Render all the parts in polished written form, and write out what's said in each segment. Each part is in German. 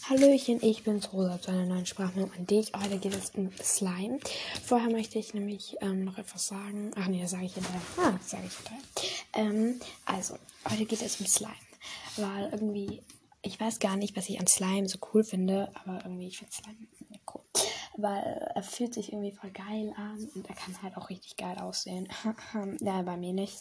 Hallöchen, ich bin's Rosa zu einer neuen Sprachmeldung an dich. Heute geht es um Slime. Vorher möchte ich nämlich noch etwas sagen. Ach nee, das sage ich hinterher. Das sage ich hinterher. Also, heute geht es um Slime. Weil irgendwie, ich weiß gar nicht, was ich an Slime so cool finde, aber irgendwie, ich finde Slime cool. Weil er fühlt sich irgendwie voll geil an und er kann halt auch richtig geil aussehen. Ja, bei mir nicht.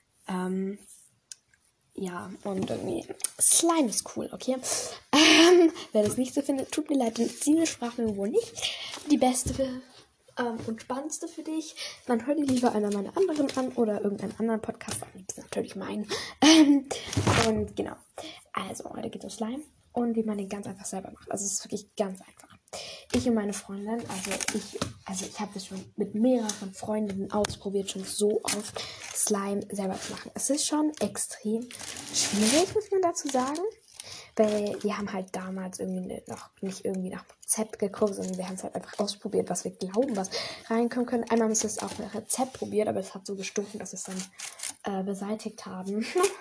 Ja, und irgendwie Slime ist cool, okay? Wer das nicht so findet, tut mir leid, dann ist diese Sprachmeldung wohl nicht die beste und spannendste für dich. Dann hör dir lieber einer meiner anderen an oder irgendeinen anderen Podcast an. Das ist natürlich mein. Und genau. Also, heute geht es um Slime und wie man den ganz einfach selber macht. Also, es ist wirklich ganz einfach. Ich und meine Freundin, ich habe das schon mit mehreren Freundinnen ausprobiert, schon so oft Slime selber zu machen. Es ist schon extrem schwierig, muss man dazu sagen. Weil wir haben halt damals irgendwie noch nicht irgendwie nach Rezept geguckt, sondern wir haben es halt einfach ausprobiert, was wir glauben, was reinkommen können. Einmal haben wir es auch mit Rezept probiert, aber es hat so gestunken, dass wir es dann beseitigt haben.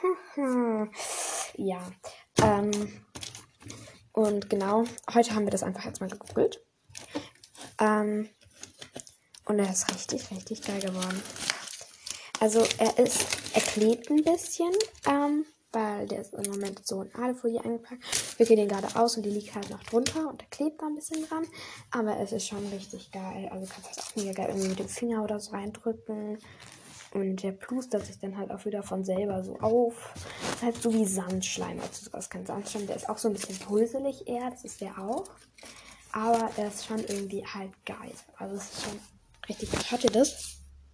Ja. Und genau, heute haben wir das einfach jetzt mal gegoogelt. Und er ist richtig, richtig geil geworden. Also er klebt ein bisschen, weil der ist im Moment so in Alufolie eingepackt. Ich wickel den gerade aus und die liegt halt noch drunter und der klebt da ein bisschen dran. Aber es ist schon richtig geil. Also du kannst das auch mega geil irgendwie mit dem Finger oder so reindrücken. Und der plustert sich dann halt auch wieder von selber so auf. Das ist halt so wie Sandschleim. Also das ist kein Sandschleim, der ist auch so ein bisschen pulselig eher. Das ist der auch. Aber er ist schon irgendwie halt geil. Also es ist schon richtig geil. Hört ihr das?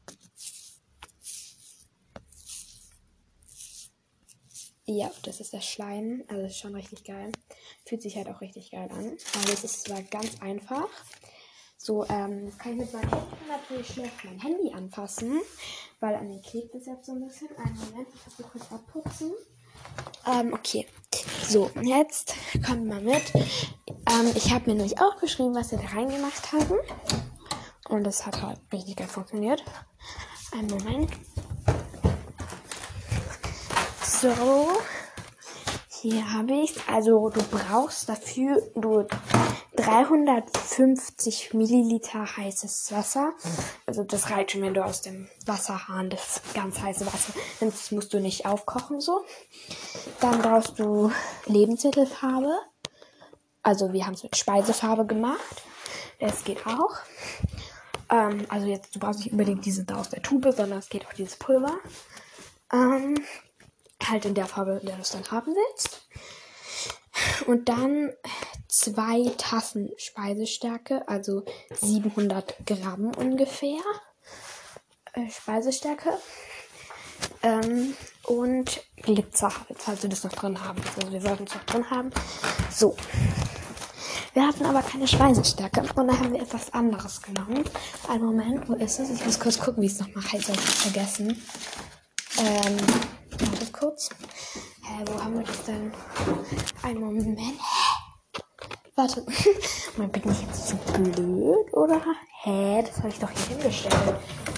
Ja, das ist der Schleim. Also das ist schon richtig geil. Fühlt sich halt auch richtig geil an. Also es ist zwar ganz einfach. So, kann ich mit meinem Handy natürlich schlecht mein Handy anfassen. Weil an den klebt es jetzt so ein bisschen. Einen Moment, ich muss kurz abputzen. Okay. So, jetzt kommt mal mit. Ich habe mir nämlich auch geschrieben, was wir da reingemacht haben. Und das hat halt richtig geil funktioniert. Einen Moment. So. Hier habe ich es. Also du brauchst dafür 350 Milliliter heißes Wasser. Also das reicht schon, wenn du aus dem Wasserhahn das ganz heiße Wasser nimmst. Das musst du nicht aufkochen so. Dann brauchst du Lebensmittelfarbe. Also wir haben es mit Speisefarbe gemacht. Das geht auch. Also jetzt, du brauchst nicht unbedingt diese da aus der Tube, sondern es geht auch dieses Pulver. Halt in der Farbe, in der du es dann haben willst. Und dann 2 Tassen Speisestärke, also 700 Gramm ungefähr Speisestärke. Und Glitzer, falls wir das noch drin haben. Also wir wollten es noch drin haben. So. Wir hatten aber keine Speisestärke und dann haben wir etwas anderes genommen. Einen Moment, wo ist es? Ich muss kurz gucken, wie es nochmal heißt, habe ich vergessen. Warte kurz. Wo haben wir das denn? Einen Moment. Warte. Bin ich jetzt so blöd, oder? Das habe ich doch hier hingestellt.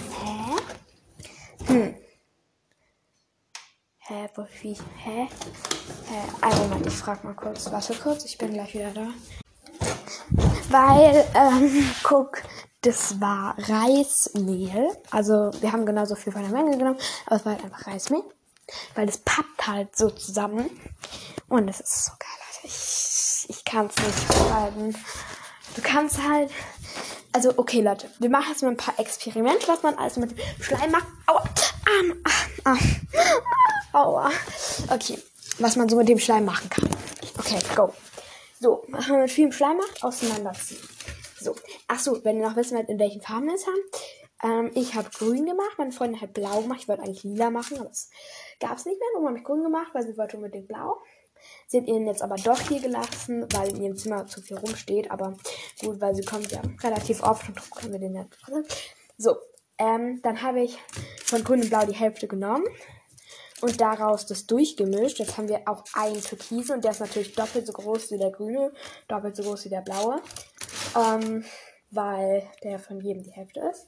Moment, ich frage mal kurz. Warte kurz, ich bin gleich wieder da. Weil, guck, das war Reismehl. Also, wir haben genauso viel von der Menge genommen, aber es war halt einfach Reismehl. Weil das pappt halt so zusammen. Und es ist so geil, Leute. Ich kann es nicht beschreiben. Du kannst halt... Also, okay, Leute. Wir machen jetzt mal ein paar Experimente, was man alles mit Schleim macht. Aua. Aua. Okay. Was man so mit dem Schleim machen kann. Okay, go. So, was man mit vielem Schleim macht, auseinanderziehen. So. Achso, wenn ihr noch wissen wollt, in welchen Farben wir es haben. Ich habe grün gemacht, meine Freundin hat blau gemacht. Ich wollte eigentlich lila machen, aber das gab es nicht mehr. Nun habe ich grün gemacht, weil sie wollte unbedingt blau. Sie hat ihn jetzt aber doch hier gelassen, weil in ihrem Zimmer zu viel rumsteht. Aber gut, weil sie kommt ja relativ oft und darum können wir den ja drin. So, dann habe ich von grün und blau die Hälfte genommen und daraus das durchgemischt. Jetzt haben wir auch einen Türkise und der ist natürlich doppelt so groß wie der grüne, doppelt so groß wie der blaue, weil der von jedem die Hälfte ist.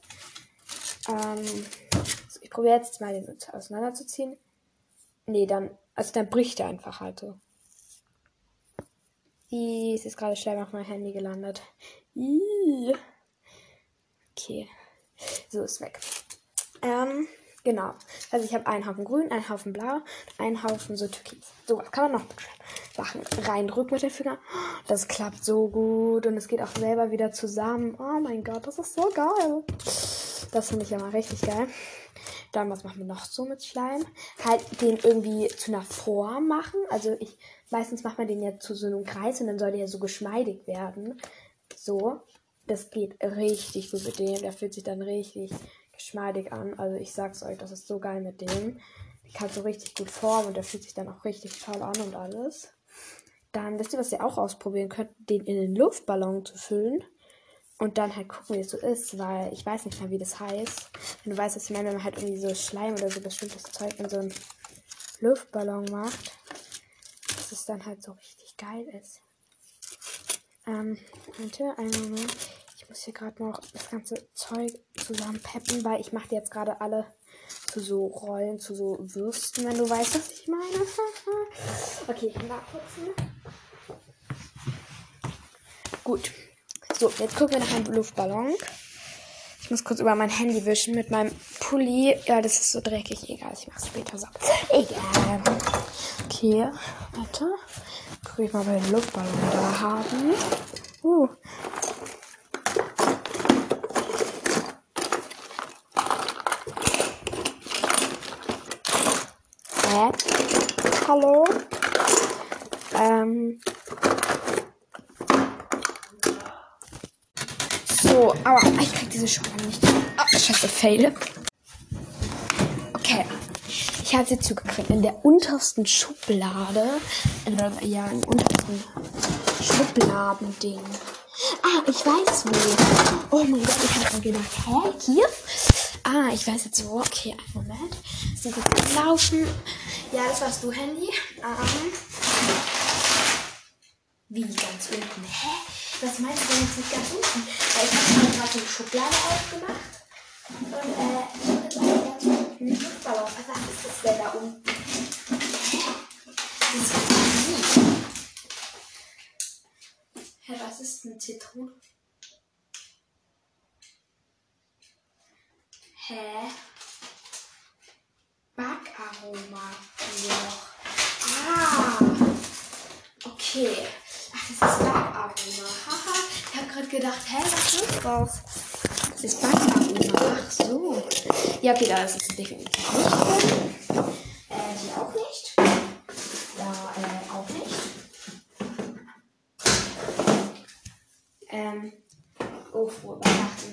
So, ich probiere jetzt mal den auseinanderzuziehen. Nee, dann bricht er einfach halt so. Es ist gerade Schleim auf meinem Handy gelandet. Ih. Okay. So, ist weg. Genau. Also ich habe einen Haufen grün, einen Haufen blau, einen Haufen so türkis. So, was kann man noch machen? Reindrücken mit den Fingern. Das klappt so gut und es geht auch selber wieder zusammen. Oh mein Gott, das ist so geil. Das finde ich ja mal richtig geil. Dann, was machen wir noch so mit Schleim? Halt den irgendwie zu einer Form machen. Also meistens macht man den ja zu so einem Kreis und dann soll der ja so geschmeidig werden. So. Das geht richtig gut mit dem. Der fühlt sich dann richtig geschmeidig an. Also ich sag's euch, das ist so geil mit dem. Die kannst du richtig gut formen und der fühlt sich dann auch richtig toll an und alles. Dann, wisst ihr, was ihr auch ausprobieren könnt? Den in den Luftballon zu füllen. Und dann halt gucken, wie es so ist, weil ich weiß nicht mehr, wie das heißt. Wenn du weißt, was ich meine, wenn man halt irgendwie so Schleim oder so bestimmtes Zeug in so einen Luftballon macht, dass es dann halt so richtig geil ist. Warte, einen Moment. Ich muss hier gerade noch das ganze Zeug zusammenpeppen, weil ich mache die jetzt gerade alle zu so Rollen, zu so Würsten, wenn du weißt, was ich meine. Okay, ich mal putzen. Gut. So, jetzt gucken wir nach einem Luftballon. Ich muss kurz über mein Handy wischen mit meinem Pulli. Ja, das ist so dreckig. Egal, ich mach's später so. Egal. Okay, warte. Guck ich mal, ob wir den Luftballon da haben. Hallo? So, aber ich krieg diese Schublade nicht. Scheiße, fail. Okay. Ich habe sie zugekriegt. In der untersten Schublade. Ja, im untersten Schubladending. Ich weiß wo. Oh mein Gott, ich habe gedacht, hä? Hier? Ich weiß jetzt wo. Okay, einen Moment. Sind kurz laufen. Ja, das warst du, Handy. Wie ganz unten? Hä? Was meinst du denn jetzt nicht ganz unten? Ich habe gerade so eine Schublade aufgemacht. Und ich habe jetzt einen Luftballon. Was ist das denn da unten? Hä? Das ist was nie. Hä, was ist eine Zitrone? Hä? Backaroma. Okay. Das ist Backaroma. Haha. Ich habe gerade gedacht, was ist das? Das ist Backaroma. Ach so. Ja, okay, da ist es definitiv nicht drin. Hier auch nicht. Da auch nicht. Frohe Weihnachten.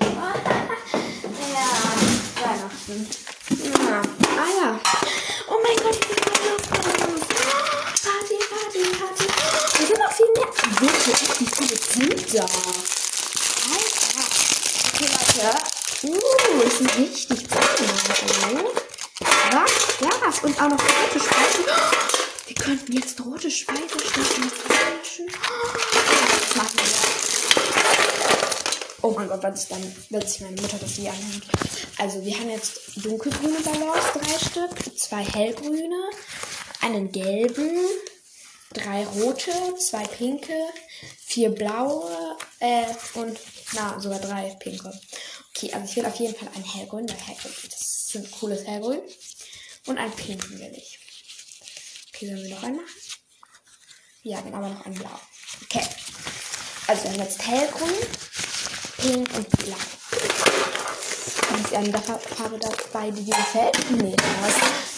Ja, Weihnachten. Ja. Ja. Oh mein Gott, ich bin gerade Party. Wir sind noch viel mehr. Wirklich, wie viele sind da? Alter. Okay, Leute. Es sind richtig viele. Was? Ja, und auch noch rote Speisen. Wir könnten jetzt rote Speisen statt mit Flaschen. Das machen wir. Oh mein Gott, was ist dann, wenn sich meine Mutter das hier anhört? Also wir haben jetzt dunkelgrüne Ballons, 3 Stück, 2 hellgrüne, einen gelben, 3 rote, 2 pinke, 4 blaue und sogar 3 pinke. Okay, also ich will auf jeden Fall einen hellgrün, weil hellgrün, das ist ein cooles hellgrün. Und einen pinken will ich. Okay, sollen wir noch einen machen? Ja, dann aber noch einen blau. Okay, also wir haben jetzt hellgrün, pink und blau. Ist eine Farbe dabei, die dir gefällt? Nee, das.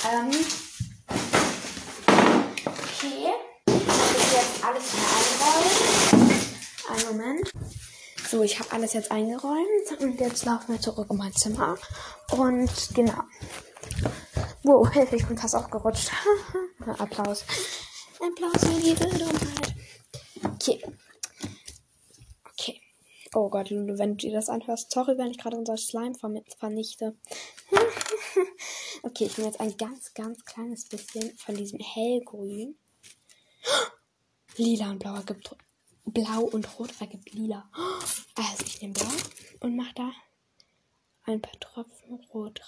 Okay. Ich will jetzt alles wieder einräumen. Einen Moment. So, ich habe alles jetzt eingeräumt. Und jetzt laufen wir zurück in mein Zimmer. Und genau. Wow, Hilfe, ich bin fast aufgerutscht. Applaus. Applaus für die Bildung. Okay. Oh Gott, Lulu, wenn du dir das anhörst, sorry, wenn ich gerade unser Slime vernichte. Okay, ich nehme jetzt ein ganz, ganz kleines bisschen von diesem hellgrün. Lila und blau ergibt blau und rot ergibt lila. Also ich nehme blau und mache da ein paar Tropfen rot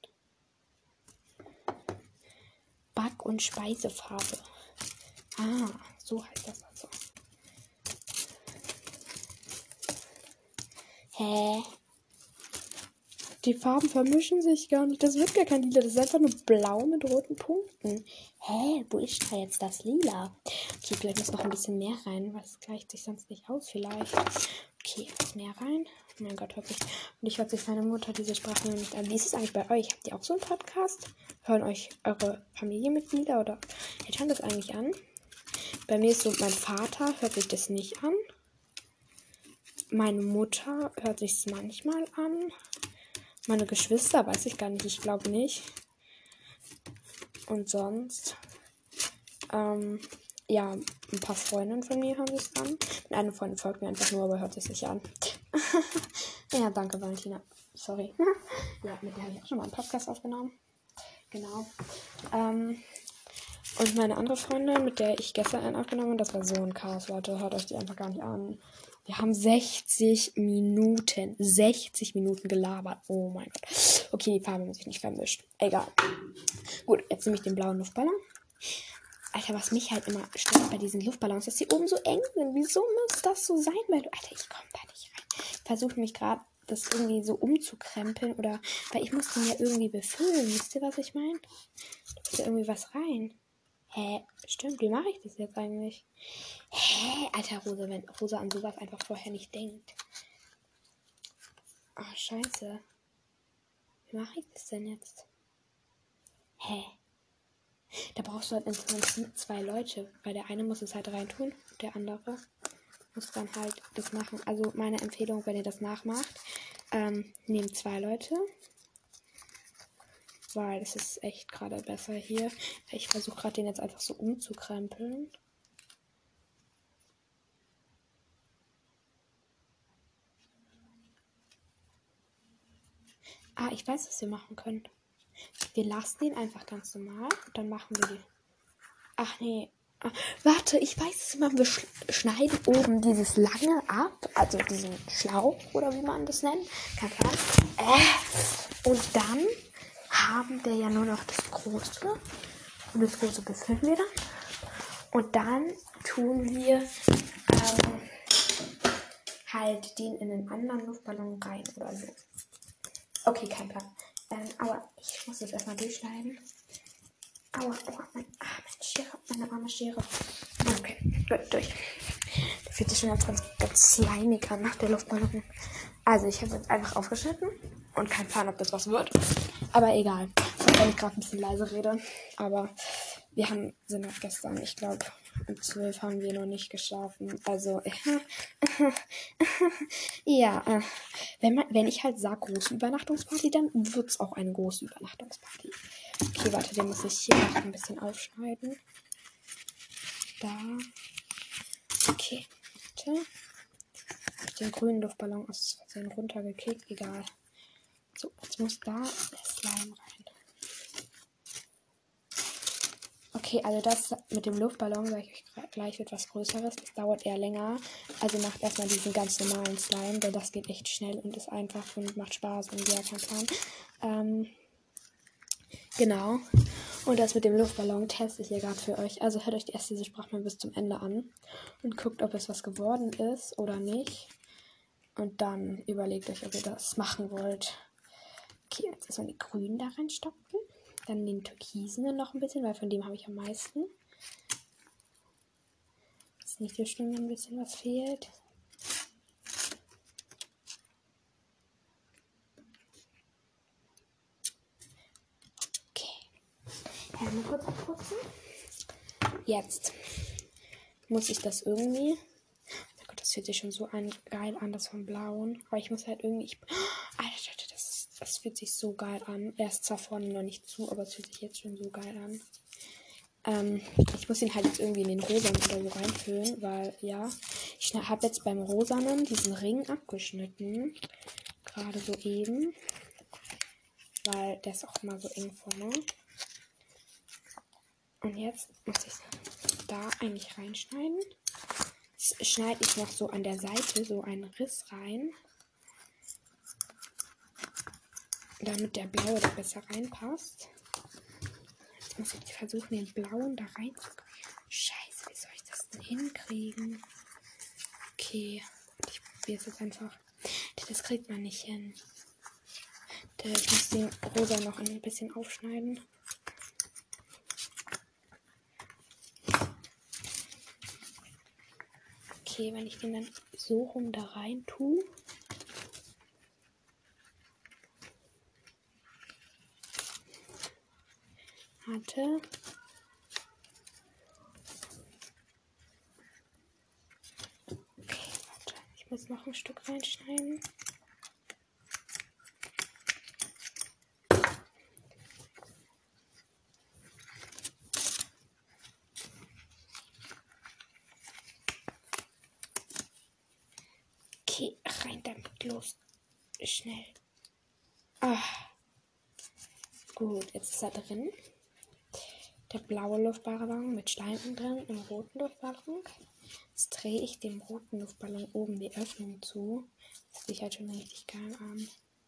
rein. Back- und Speisefarbe. So heißt das also. Hä? Die Farben vermischen sich gar nicht. Das wird gar kein Lila. Das ist einfach nur blau mit roten Punkten. Hä? Wo ist da jetzt das Lila? Okay, vielleicht muss noch ein bisschen mehr rein, weil es gleicht sich sonst nicht aus vielleicht. Okay, etwas mehr rein. Oh mein Gott, hört sich... Und ich hört sich meine Mutter diese Sprache noch nicht an. Wie ist es eigentlich bei euch? Habt ihr auch so einen Podcast? Hören euch eure Familienmitglieder oder Eltern das eigentlich an? Bei mir ist so, mein Vater hört sich das nicht an. Meine Mutter hört sich es manchmal an. Meine Geschwister weiß ich gar nicht, ich glaube nicht. Und sonst, ja, ein paar Freundinnen von mir hören sich an. Und eine Freundin folgt mir einfach nur, aber hört sich nicht an. Ja, danke, Valentina. Sorry. Ja, mit der habe ich auch schon mal einen Podcast aufgenommen. Genau. Und meine andere Freundin, mit der ich gestern einen aufgenommen habe, das war so ein Chaos, Leute. Hört euch die einfach gar nicht an. Wir haben 60 Minuten gelabert. Oh mein Gott. Okay, die Farben haben sich nicht vermischt. Egal. Gut, jetzt nehme ich den blauen Luftballon. Alter, was mich halt immer stört bei diesen Luftballons, dass die oben so eng sind. Wieso muss das so sein? Alter, ich komme da nicht rein. Ich versuche mich gerade, das irgendwie so umzukrempeln. Oder, weil ich muss den ja irgendwie befüllen. Wisst ihr, was ich meine? Da muss ja irgendwie was rein. Hä? Stimmt, wie mache ich das jetzt eigentlich? Hä? Alter, Rosa, wenn Rosa an sowas einfach vorher nicht denkt. Oh, scheiße. Wie mache ich das denn jetzt? Hä? Da brauchst du halt im Prinzip 2 Leute. Weil der eine muss es halt reintun, der andere muss dann halt das machen. Also meine Empfehlung, wenn ihr das nachmacht, nehmt 2 Leute. Weil das ist echt gerade besser hier. Ich versuche gerade den jetzt einfach so umzukrempeln. Ah, ich weiß, was wir machen können. Wir lassen den einfach ganz normal und dann machen wir die. Ach nee. Ah, warte, ich weiß es immer. Wir schneiden oben dieses lange ab, also diesen Schlauch oder wie man das nennt. Kein Plan. Und dann haben wir ja nur noch das Große. Und das Große befüllen wir dann. Und dann tun wir halt den in einen anderen Luftballon rein oder so. Okay, kein Plan. Aber ich muss das erstmal durchschneiden. Aua, meine Schere, meine arme Schere. Okay, gut, durch. Das fühlt sich schon ganz slimig an nach der Luftballon. Also, ich habe jetzt einfach aufgeschnitten und kein Plan, ob das was wird. Aber egal, wenn ich gerade ein bisschen leise rede. Aber wir sind noch gestern, ich glaube, um 12 haben wir noch nicht geschlafen. Also, ja, wenn ich halt sage große Übernachtungsparty, dann wird es auch eine große Übernachtungsparty. Okay, warte, den muss ich hier noch ein bisschen aufschneiden. Da. Okay, warte. Hab ich den grünen Luftballon aus Versehen runtergekickt. Egal. So, jetzt muss da der Slime rein. Okay, also das mit dem Luftballon, sage ich euch gleich, wird was Größeres. Das dauert eher länger. Also macht erstmal diesen ganz normalen Slime, denn das geht echt schnell und ist einfach und macht Spaß und ja, kein Plan. Genau. Und das mit dem Luftballon teste ich hier gerade für euch. Also hört euch erst diese Sprachmail bis zum Ende an und guckt, ob es was geworden ist oder nicht. Und dann überlegt euch, ob ihr das machen wollt. Okay, jetzt erstmal die grünen da reinstopfen. Dann den türkisen noch ein bisschen, weil von dem habe ich am meisten. Ist nicht so schlimm, wenn ein bisschen was fehlt. Okay. Hände kurz abputzen. Jetzt muss ich das irgendwie... Oh Gott, das fühlt sich schon so geil an, das vom Blauen. Aber ich muss halt irgendwie... Alter, das fühlt sich so geil an. Er ist zwar vorne noch nicht zu, aber es fühlt sich jetzt schon so geil an. Ich muss ihn halt jetzt irgendwie in den Rosanen oder so reinfüllen, weil, ja, ich habe jetzt beim Rosanen diesen Ring abgeschnitten. Gerade so eben. Weil der ist auch immer so eng vorne. Und jetzt muss ich da eigentlich reinschneiden. Jetzt schneide ich noch so an der Seite so einen Riss rein. Damit der blaue da besser reinpasst. Jetzt muss ich versuchen, den blauen da reinzukriegen. Scheiße, wie soll ich das denn hinkriegen? Okay, ich probiere es jetzt einfach. Das kriegt man nicht hin. Ich muss den rosa noch ein bisschen aufschneiden. Okay, wenn ich den dann so rum da rein tue. Warte. Okay, warte. Ich muss noch ein Stück reinschneiden. Okay, rein damit, los. Schnell. Gut, jetzt ist er drin. Der blaue Luftballon mit Schleim drin im roten Luftballon. Jetzt drehe ich dem roten Luftballon oben die Öffnung zu. Das sieht halt schon richtig geil an.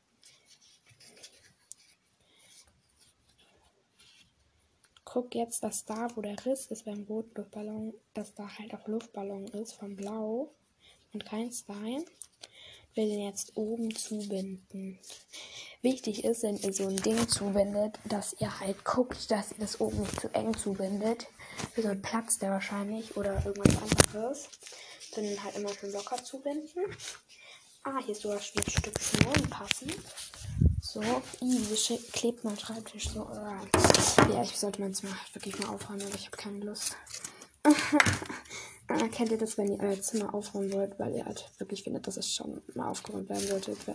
Guck jetzt, dass da, wo der Riss ist beim roten Luftballon, dass da halt auch Luftballon ist vom Blau und kein Stein. Ich will den jetzt oben zubinden. Wichtig ist, wenn ihr so ein Ding zubindet, dass ihr halt guckt, dass ihr das oben nicht zu eng zubindet. Sonst platzt der wahrscheinlich oder irgendwas anderes. Dann halt immer schön locker zubinden. Hier ist sogar schon ein Stück Schnur passend. So, wieso klebt mein Schreibtisch so? Ja, ich sollte man es mal wirklich mal aufräumen, aber ich habe keine Lust. Kennt ihr das, wenn ihr euer Zimmer aufräumen wollt, weil ihr halt wirklich findet, dass es schon mal aufgeräumt werden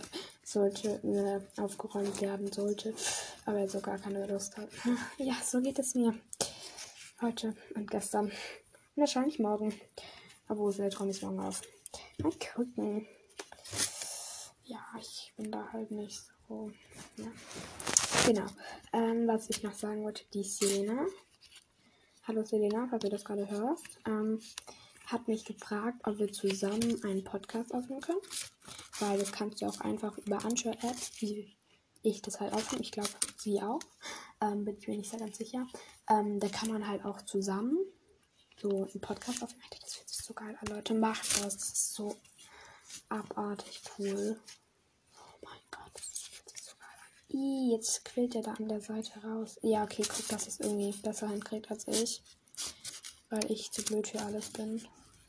aufgeräumt werden sollte, aber ihr so gar keine Lust habt. Ja, so geht es mir. Heute und gestern. Und wahrscheinlich morgen. Aber vielleicht räume ich es morgen auf. Mal gucken. Ja, ich bin da halt nicht so. Ja. Genau. Was ich noch sagen wollte, die Selena. Hallo Selena, falls du das gerade hörst. Hat mich gefragt, ob wir zusammen einen Podcast aufnehmen können. Weil das kannst du auch einfach über Anchor-App, wie ich das halt aufnehme. Ich glaube, sie auch. Bin ich mir nicht sehr ganz sicher. Da kann man halt auch zusammen so einen Podcast aufnehmen. Das fühlt sich so geil an, Leute. Macht das. Das ist so abartig cool. Oh mein Gott, das fühlt sich so geil an. Jetzt quillt er da an der Seite raus. Ja, okay, guck, dass es irgendwie besser hinkriegt als ich. Weil ich zu blöd für alles bin.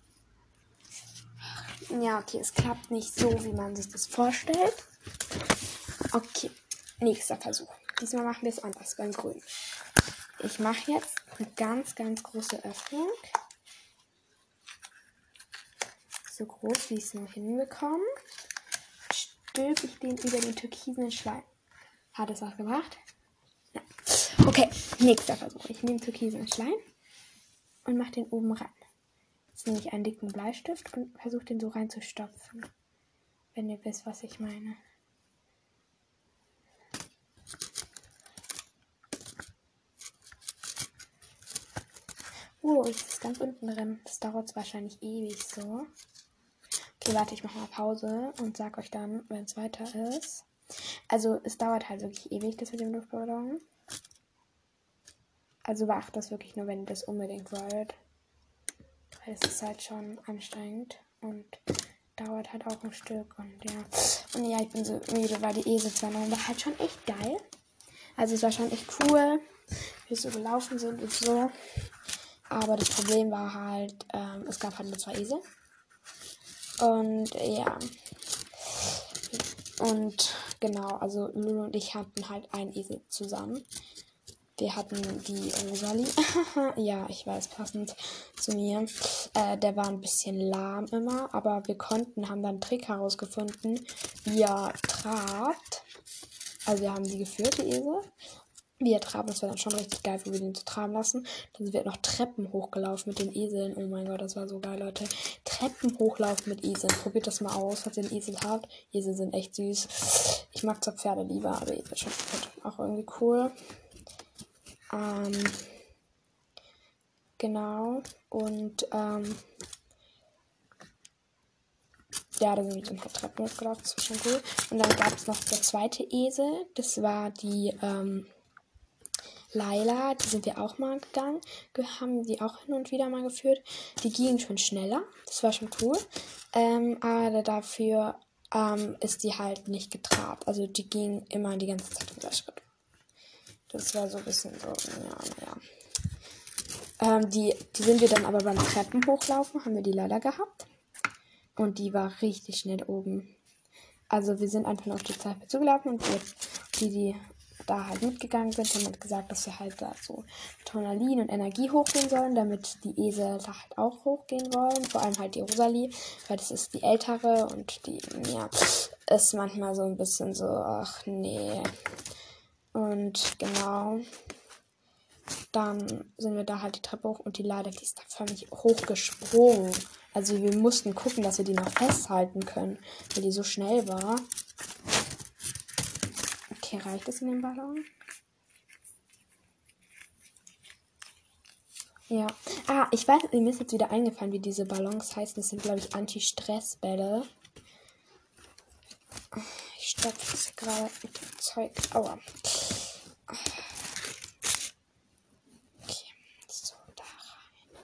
Ja, okay, es klappt nicht so, wie man sich das vorstellt. Okay, nächster Versuch. Diesmal machen wir es anders, beim Grün. Ich mache jetzt eine ganz, ganz große Öffnung. So groß, wie ich es nur hinbekomme. Stülpe ich den über den türkisen Schleim. Hat es was gemacht? Ja. Okay, nächster Versuch. Ich nehme türkisen Schleim und mache den oben rein. Jetzt nehme ich einen dicken Bleistift und versuche den so reinzustopfen. Wenn ihr wisst, was ich meine. Jetzt ist ganz unten drin. Das dauert wahrscheinlich ewig so. Okay, warte, ich mache mal Pause und sag euch dann, wenn es weiter ist. Also, es dauert halt wirklich ewig, das mit dem Luftballon. Also beachtet das wirklich nur, wenn ihr das unbedingt wollt. Weil es ist halt schon anstrengend und dauert halt auch ein Stück. Und ja, ich bin so müde, weil die Eselzwangen war halt schon echt geil. Also es war schon echt cool, wie es so gelaufen sind und so. Aber das Problem war halt, es gab halt nur 2 Esel. Und ja. Und genau, also Lulu und ich hatten halt einen Esel zusammen. Wir hatten die Rosalie. Ja, ich weiß, passend zu mir. Der war ein bisschen lahm immer, aber wir haben dann einen Trick herausgefunden, wie er trabt. Also wir haben sie geführt, die Esel. Wie er trabt, das war dann schon richtig geil, wo wir den so traben lassen. Dann sind wir noch Treppen hochgelaufen mit den Eseln. Oh mein Gott, das war so geil, Leute. Treppen hochlaufen mit Eseln. Probiert das mal aus, falls ihr einen Esel habt. Esel sind echt süß. Ich mag zwar Pferde lieber, aber Esel schon auch irgendwie cool. Genau. Und ja, da sind wir dann halt Treppen hochgelaufen. Das war schon cool. Und dann gab es noch der zweite Esel. Das war die Laila, die sind wir auch mal gegangen, haben die auch hin und wieder mal geführt. Die gingen schon schneller, das war schon cool. Aber dafür ist die halt nicht getrabt. Also die ging immer die ganze Zeit im Gleichschritt. Das war so ein bisschen so, naja. Die sind wir dann aber beim Treppen hochlaufen, haben wir die leider gehabt. Und die war richtig schnell oben. Also wir sind einfach nur auf die Treppe zugelaufen und jetzt die da halt mitgegangen sind, haben halt gesagt, dass wir halt da so Adrenalin und Energie hochgehen sollen, damit die Esel da halt auch hochgehen wollen. Vor allem halt die Rosalie, weil das ist die ältere und die, ja, ist manchmal so ein bisschen so, ach nee. Und genau, dann sind wir da halt die Treppe hoch und die Leiter, die ist da förmlich hochgesprungen. Also wir mussten gucken, dass wir die noch festhalten können, weil die so schnell war. Okay, reicht es in dem Ballon? Ja. Ich weiß, mir ist jetzt wieder eingefallen, wie diese Ballons heißen. Das sind, glaube ich, Anti-Stress-Bälle. Ich stopfe das gerade mit dem Zeug. Aua. Okay, so, da rein.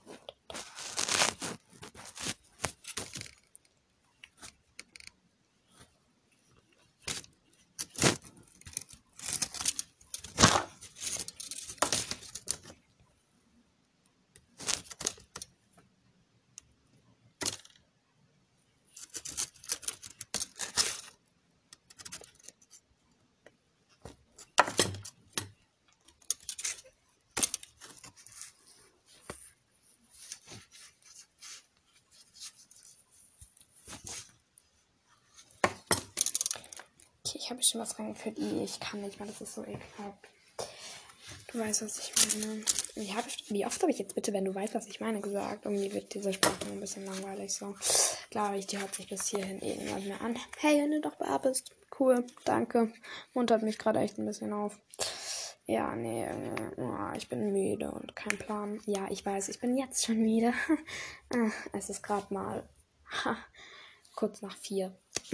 Okay, ich habe schon was reingeführt. Ich kann nicht mehr, das ist so ekelhaft. Du weißt, was ich meine. Wie oft habe ich jetzt bitte, wenn du weißt, was ich meine, gesagt? Irgendwie wird diese Sprache ein bisschen langweilig so. Klar, die hört sich bis hierhin eh niemand mehr an. Hey, wenn du doch da bist. Cool, danke. Muntert mich gerade echt ein bisschen auf. Ja, nee, ich bin müde und kein Plan. Ja, ich weiß, ich bin jetzt schon müde. Es ist gerade mal kurz nach 4.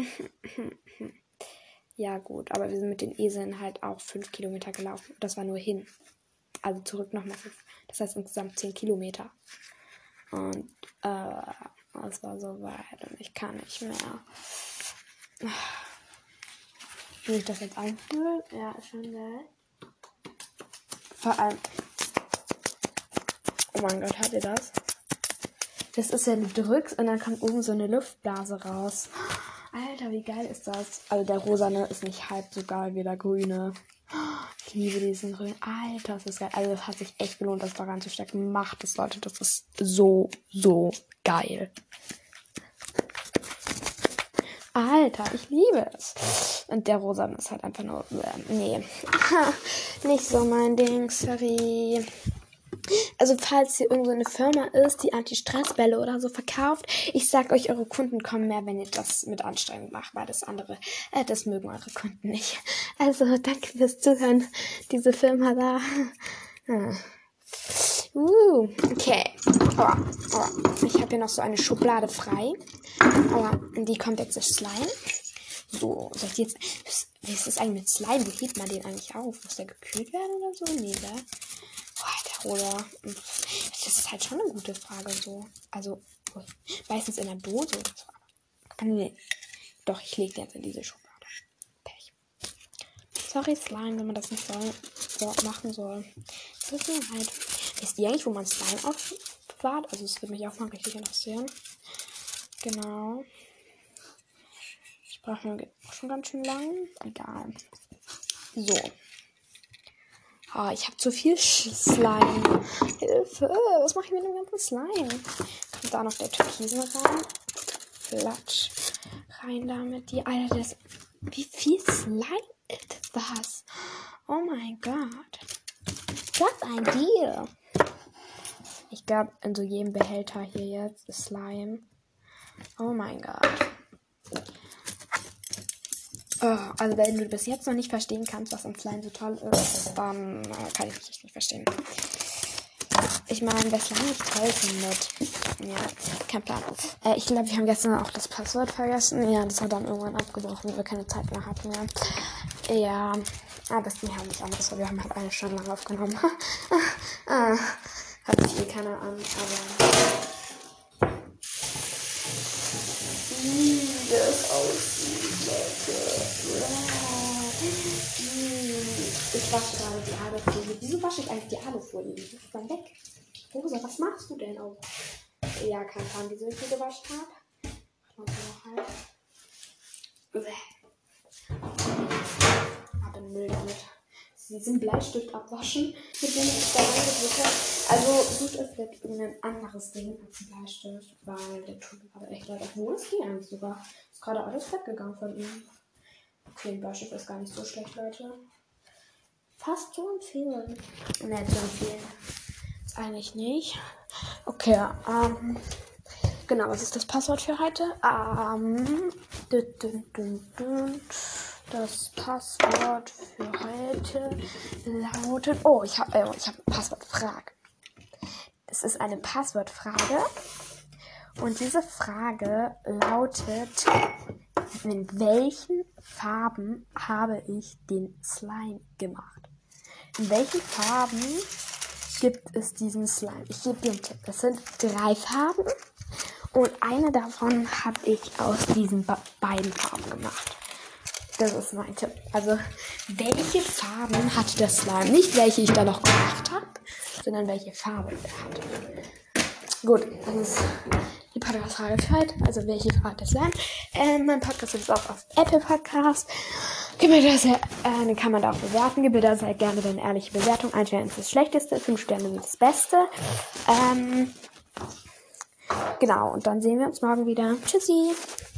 Ja, gut, aber wir sind mit den Eseln halt auch 5 Kilometer gelaufen. Das war nur hin. Also zurück nochmal 5. Das heißt insgesamt 10 Kilometer. Und es war so weit und ich kann nicht mehr. Wie ich das jetzt anfühlt? Ja, ist schon geil. Vor allem. Oh mein Gott, habt ihr das? Das ist ja, du drückst und dann kommt oben so eine Luftblase raus. Alter, wie geil ist das? Also der rosane ist nicht halb so geil wie der grüne. Ich liebe diesen grün. Alter, das ist geil. Also das hat sich echt gelohnt, das da reinzustecken. Macht es, Leute. Das ist so, so geil. Alter, ich liebe es. Und der rosane ist halt einfach nur, nee. Nicht so mein Ding, sorry. Also falls hier irgendwo eine Firma ist, die Anti-Stress-Bälle oder so verkauft, ich sag euch, eure Kunden kommen mehr, wenn ihr das mit Anstrengung macht, weil das andere, das mögen eure Kunden nicht. Also danke fürs Zuhören, diese Firma da. Okay. Ich habe hier noch so eine Schublade frei. Aber die kommt jetzt das Slime. So, soll ich jetzt... Wie ist das eigentlich mit Slime? Wie hebt man den eigentlich auf? Muss der gekühlt werden oder so? Nee, ne? Der Roller. Das ist halt schon eine gute Frage so. Also, meistens in der Dose oder so. Nee. Doch, ich lege den jetzt in diese Schublade. Pech. Sorry, Slime, wenn man das nicht machen soll. Das ist mir halt... Wisst ihr eigentlich, wo man Slime aufbewahrt? Also, es würde mich auch mal richtig interessieren. Genau. Ich brauche schon ganz schön lang. Egal. So. Ich habe zu viel Slime. Hilfe. Was mache ich mit dem ganzen Slime? Kommt da noch der Türkisen rein? Klatsch. Rein damit. Die Alter, wie viel Slime ist das? Oh mein Gott. Was ein Deal. Ich glaube, in so jedem Behälter hier jetzt ist Slime. Oh mein Gott. Also wenn du bis jetzt noch nicht verstehen kannst, was am Slime so toll ist, dann kann ich dich nicht verstehen. Ich meine, wer Slime nicht toll findet. Ja, kein Plan. Ich glaube, wir haben gestern auch das Passwort vergessen. Ja, das hat dann irgendwann abgebrochen, weil wir keine Zeit mehr hatten. Ja, aber das haben wir nicht anderes, weil wir haben halt eine Stunde lang aufgenommen. Hat sich eh keiner an, aber... das aussieht, Leute. Ich wasche gerade die Alufolie. Wieso wasche ich eigentlich die Alufolie? Die ist dann weg. Rosa, was machst du denn auch? Ja, kein Plan, wieso ich die gewaschen habe. Ab in den Müll damit. Diesen Bleistift abwaschen, mit dem ich da reingedrückt habe. Also sucht euch vielleicht irgendein anderes Ding als ein Bleistift, weil der tut gerade echt leid. Obwohl, es ging eigentlich sogar. Ist gerade alles weggegangen von ihm. Okay, ein Bleistift ist gar nicht so schlecht, Leute. Fast zu empfehlen. Ne, zu empfehlen. Ist eigentlich nicht. Okay, genau, was ist das Passwort für heute? Das Passwort für heute lautet... Oh, ich hab eine Passwortfrage. Es ist eine Passwortfrage. Und diese Frage lautet... In welchen Farben habe ich den Slime gemacht? In welchen Farben gibt es diesen Slime? Ich gebe dir einen Tipp. Es sind 3 Farben. Und eine davon habe ich aus diesen beiden Farben gemacht. Das ist mein Tipp. Also, welche Farben hat der Slime? Nicht welche ich da noch gemacht habe, sondern welche Farbe er hat. Gut, das ist die Podcast-Frage für heute. Also, welche Farbe hat der Slime? Mein Podcast ist auch auf Apple Podcast. Den kann man da auch bewerten. Gib mir da sehr gerne deine ehrliche Bewertung. 1 Stern ist das Schlechteste, 5 Sterne sind das Beste. Genau, und dann sehen wir uns morgen wieder. Tschüssi!